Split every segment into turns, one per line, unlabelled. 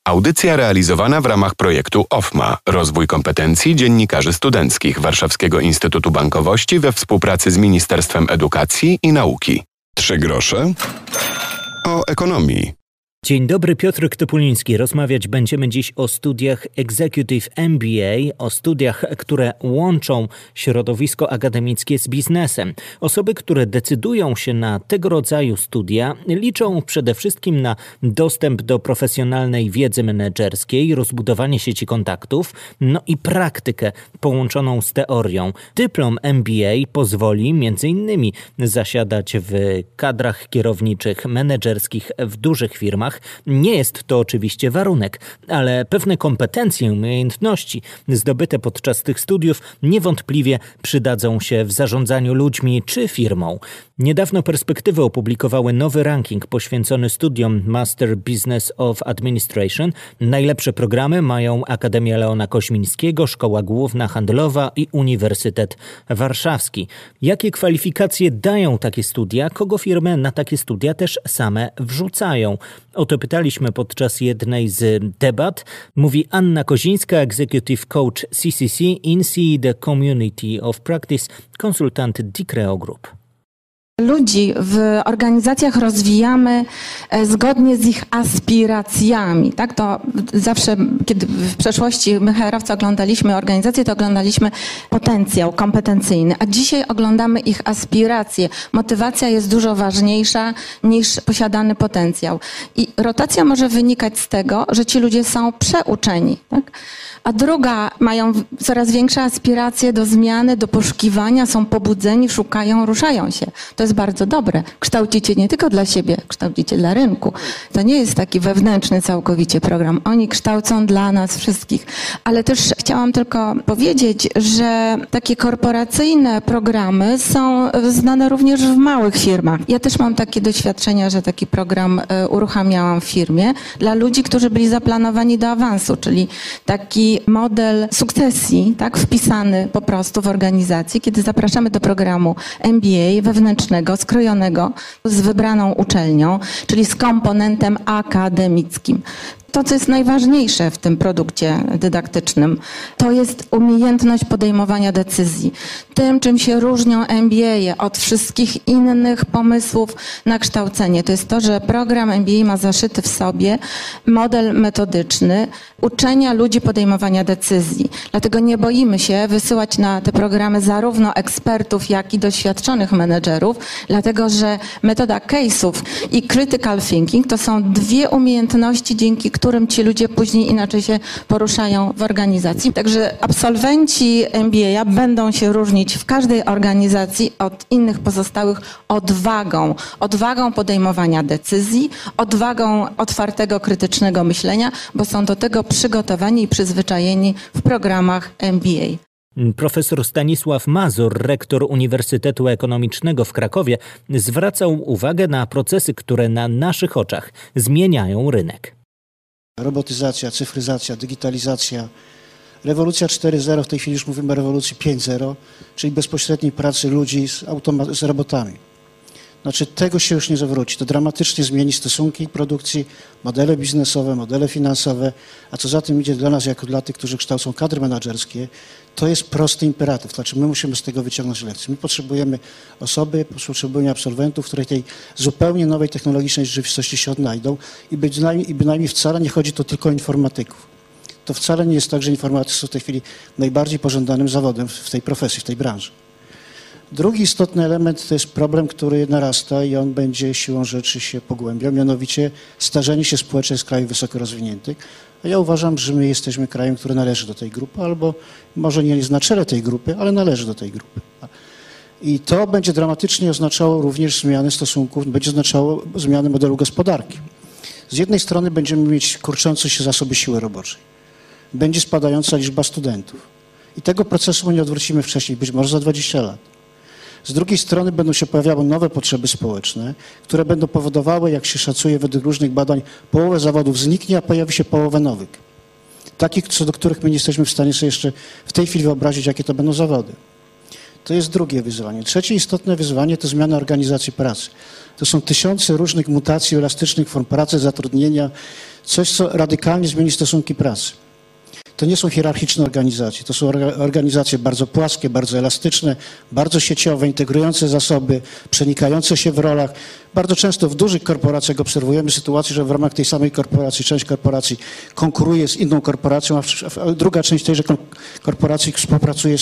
Audycja realizowana w ramach projektu OFMA – Rozwój kompetencji dziennikarzy studenckich Warszawskiego Instytutu Bankowości we współpracy z Ministerstwem Edukacji i Nauki. 3 grosze o ekonomii.
Dzień dobry, Piotr Topuliński. Rozmawiać będziemy dziś o studiach Executive MBA, o studiach, które łączą środowisko akademickie z biznesem. Osoby, które decydują się na tego rodzaju studia, liczą przede wszystkim na dostęp do profesjonalnej wiedzy menedżerskiej, rozbudowanie sieci kontaktów, no i praktykę połączoną z teorią. Dyplom MBA pozwoli m.in. zasiadać w kadrach kierowniczych, menedżerskich w dużych firmach. Nie jest to oczywiście warunek, ale pewne kompetencje i umiejętności zdobyte podczas tych studiów niewątpliwie przydadzą się w zarządzaniu ludźmi czy firmą. Niedawno Perspektywy opublikowały nowy ranking poświęcony studiom Master Business of Administration. Najlepsze programy mają Akademia Leona Koźmińskiego, Szkoła Główna Handlowa i Uniwersytet Warszawski. Jakie kwalifikacje dają takie studia? Kogo firmy na takie studia też same wrzucają? O to pytaliśmy podczas jednej z debat. Mówi Anna Kozińska, Executive Coach CCC, INSEE, The Community of Practice, konsultant Dicreo Group.
Ludzi w organizacjach rozwijamy zgodnie z ich aspiracjami. Tak? To zawsze, kiedy w przeszłości my HR-owcy oglądaliśmy organizacje, to oglądaliśmy potencjał kompetencyjny, a dzisiaj oglądamy ich aspiracje. Motywacja jest dużo ważniejsza niż posiadany potencjał. I rotacja może wynikać z tego, że ci ludzie są przeuczeni. Tak? A druga, mają coraz większe aspiracje do zmiany, do poszukiwania, są pobudzeni, szukają, ruszają się. To jest bardzo dobre. Kształcicie nie tylko dla siebie, kształcicie dla rynku. To nie jest taki wewnętrzny całkowicie program. Oni kształcą dla nas wszystkich. Ale też chciałam tylko powiedzieć, że takie korporacyjne programy są znane również w małych firmach. Ja też mam takie doświadczenia, że taki program uruchamiałam w firmie dla ludzi, którzy byli zaplanowani do awansu, czyli taki model sukcesji, tak, wpisany po prostu w organizacji, kiedy zapraszamy do programu MBA wewnętrznego, skrojonego z wybraną uczelnią, czyli z komponentem akademickim. To, co jest najważniejsze w tym produkcie dydaktycznym, to jest umiejętność podejmowania decyzji. Tym, czym się różnią MBA od wszystkich innych pomysłów na kształcenie, to jest to, że program MBA ma zaszyty w sobie model metodyczny uczenia ludzi podejmowania decyzji. Dlatego nie boimy się wysyłać na te programy zarówno ekspertów, jak i doświadczonych menedżerów, dlatego że metoda case'ów i critical thinking to są dwie umiejętności, dzięki którym ci ludzie później inaczej się poruszają w organizacji. Także absolwenci MBA będą się różnić w każdej organizacji od innych pozostałych odwagą podejmowania decyzji, odwagą otwartego, krytycznego myślenia, bo są do tego przygotowani i przyzwyczajeni w programach MBA.
Profesor Stanisław Mazur, rektor Uniwersytetu Ekonomicznego w Krakowie, zwracał uwagę na procesy, które na naszych oczach zmieniają rynek.
Robotyzacja, cyfryzacja, digitalizacja, rewolucja 4.0, w tej chwili już mówimy o rewolucji 5.0, czyli bezpośredniej pracy ludzi z robotami. Znaczy tego się już nie zawróci. To dramatycznie zmieni stosunki produkcji, modele biznesowe, modele finansowe, a co za tym idzie dla nas, jako dla tych, którzy kształcą kadry menedżerskie, to jest prosty imperatyw. Znaczy my musimy z tego wyciągnąć lekcje. My potrzebujemy potrzebujemy absolwentów, które tej zupełnie nowej technologicznej rzeczywistości się odnajdą i bynajmniej wcale nie chodzi to tylko o informatyków. To wcale nie jest tak, że informatycy są w tej chwili najbardziej pożądanym zawodem w tej profesji, w tej branży. Drugi istotny element to jest problem, który narasta i on będzie siłą rzeczy się pogłębiał, mianowicie starzenie się społeczeństw krajów wysoko rozwiniętych. A ja uważam, że my jesteśmy krajem, który należy do tej grupy, albo może nie jest na czele tej grupy, ale należy do tej grupy. I to będzie dramatycznie oznaczało również zmianę stosunków, będzie oznaczało zmianę modelu gospodarki. Z jednej strony będziemy mieć kurczące się zasoby siły roboczej. Będzie spadająca liczba studentów. I tego procesu nie odwrócimy wcześniej, być może za 20 lat. Z drugiej strony będą się pojawiały nowe potrzeby społeczne, które będą powodowały, jak się szacuje według różnych badań, połowę zawodów zniknie, a pojawi się połowę nowych. Takich, co do których my nie jesteśmy w stanie sobie jeszcze w tej chwili wyobrazić, jakie to będą zawody. To jest drugie wyzwanie. Trzecie istotne wyzwanie to zmiana organizacji pracy. To są tysiące różnych mutacji, elastycznych form pracy, zatrudnienia, coś, co radykalnie zmieni stosunki pracy. To nie są hierarchiczne organizacje, to są organizacje bardzo płaskie, bardzo elastyczne, bardzo sieciowe, integrujące zasoby, przenikające się w rolach. Bardzo często w dużych korporacjach obserwujemy sytuację, że w ramach tej samej korporacji część korporacji konkuruje z inną korporacją, a druga część tejże korporacji współpracuje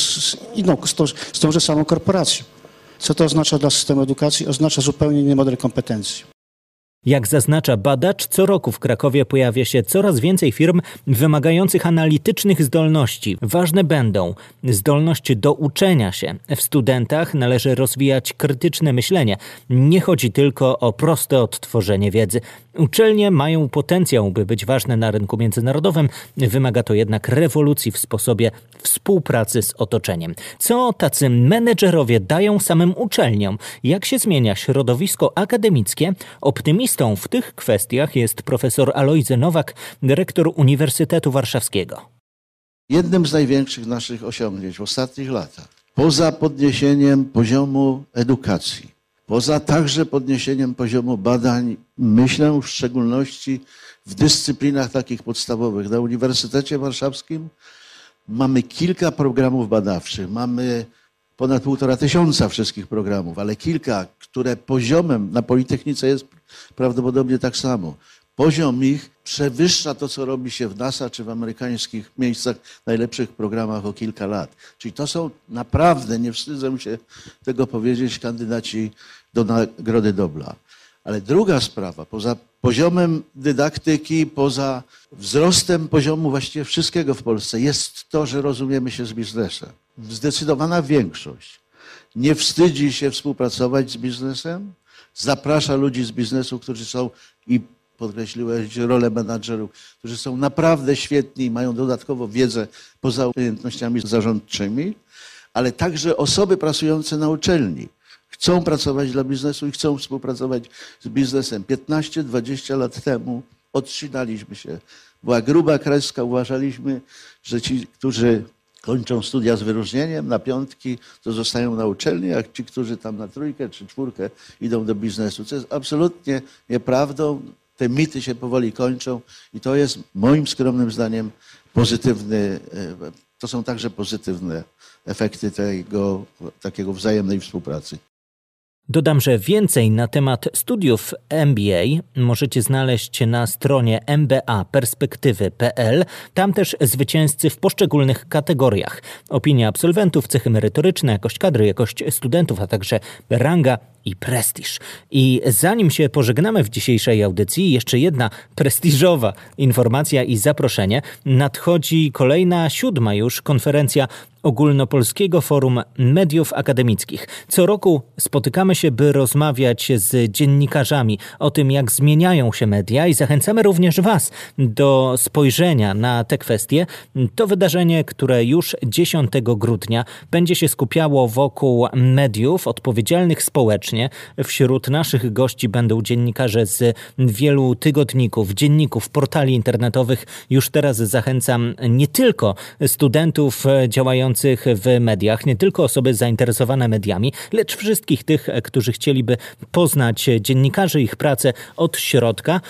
z tąże samą korporacją. Co to oznacza dla systemu edukacji? Oznacza zupełnie inny model kompetencji.
Jak zaznacza badacz, co roku w Krakowie pojawia się coraz więcej firm wymagających analitycznych zdolności. Ważne będą zdolność do uczenia się. W studentach należy rozwijać krytyczne myślenie. Nie chodzi tylko o proste odtworzenie wiedzy. Uczelnie mają potencjał, by być ważne na rynku międzynarodowym. Wymaga to jednak rewolucji w sposobie współpracy z otoczeniem. Co tacy menedżerowie dają samym uczelniom? Jak się zmienia środowisko akademickie? Optymistą w tych kwestiach jest profesor Alojzy Nowak, dyrektor Uniwersytetu Warszawskiego.
Jednym z największych naszych osiągnięć w ostatnich latach, poza podniesieniem poziomu edukacji, poza także podniesieniem poziomu badań, myślę w szczególności w dyscyplinach takich podstawowych. Na Uniwersytecie Warszawskim mamy kilka programów badawczych, mamy ponad 1500 wszystkich programów, ale kilka, które poziomem na Politechnice jest prawdopodobnie tak samo. Poziom ich przewyższa to, co robi się w NASA czy w amerykańskich miejscach, najlepszych programach o kilka lat. Czyli to są naprawdę, nie wstydzę się tego powiedzieć, kandydaci do Nagrody Nobla. Ale druga sprawa, poza poziomem dydaktyki, poza wzrostem poziomu właściwie wszystkiego w Polsce, jest to, że rozumiemy się z biznesem. Zdecydowana większość nie wstydzi się współpracować z biznesem, zaprasza ludzi z biznesu, którzy są, i podkreśliłeś rolę menadżerów, którzy są naprawdę świetni i mają dodatkowo wiedzę poza umiejętnościami zarządczymi, ale także osoby pracujące na uczelni chcą pracować dla biznesu i chcą współpracować z biznesem. 15-20 lat temu odcinaliśmy się. Była gruba kreska, uważaliśmy, że ci, którzy kończą studia z wyróżnieniem na 5, to zostają na uczelni, a ci, którzy tam na 3 czy 4 idą do biznesu. Co jest absolutnie nieprawdą. Te mity się powoli kończą i to jest moim skromnym zdaniem pozytywny, to są także pozytywne efekty tego takiego wzajemnej współpracy.
Dodam, że więcej na temat studiów MBA możecie znaleźć na stronie mbaperspektywy.pl. Tam też zwycięzcy w poszczególnych kategoriach. Opinie absolwentów, cechy merytoryczne, jakość kadry, jakość studentów, a także ranga i prestiż. I zanim się pożegnamy w dzisiejszej audycji, jeszcze jedna prestiżowa informacja i zaproszenie. Nadchodzi kolejna 7. już konferencja Ogólnopolskiego Forum Mediów Akademickich. Co roku spotykamy się, by rozmawiać z dziennikarzami o tym, jak zmieniają się media i zachęcamy również Was do spojrzenia na te kwestie. To wydarzenie, które już 10 grudnia będzie się skupiało wokół mediów odpowiedzialnych społecznie. Wśród naszych gości będą dziennikarze z wielu tygodników, dzienników, portali internetowych. Już teraz zachęcam nie tylko studentów działających w mediach, nie tylko osoby zainteresowane mediami, lecz wszystkich tych, którzy chcieliby poznać dziennikarzy, ich pracę od środka.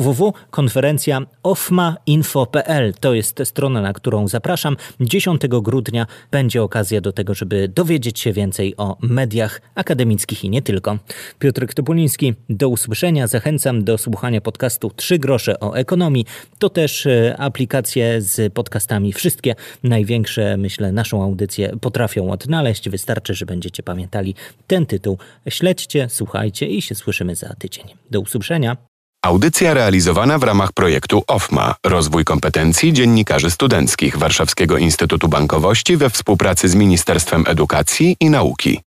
www.konferencja.ofma.info.pl to jest strona, na którą zapraszam. 10 grudnia będzie okazja do tego, żeby dowiedzieć się więcej o mediach akademickich i nie tylko. Piotr Topuliński, do usłyszenia. Zachęcam do słuchania podcastu 3 grosze o ekonomii. To też aplikacje z podcastami. Wszystkie największe, myślę, naszą audycję potrafią odnaleźć. Wystarczy, że będziecie pamiętali ten tytuł. Śledźcie, słuchajcie i się słyszymy za tydzień. Do usłyszenia.
Audycja realizowana w ramach projektu OFMA – Rozwój kompetencji dziennikarzy studenckich Warszawskiego Instytutu Bankowości we współpracy z Ministerstwem Edukacji i Nauki.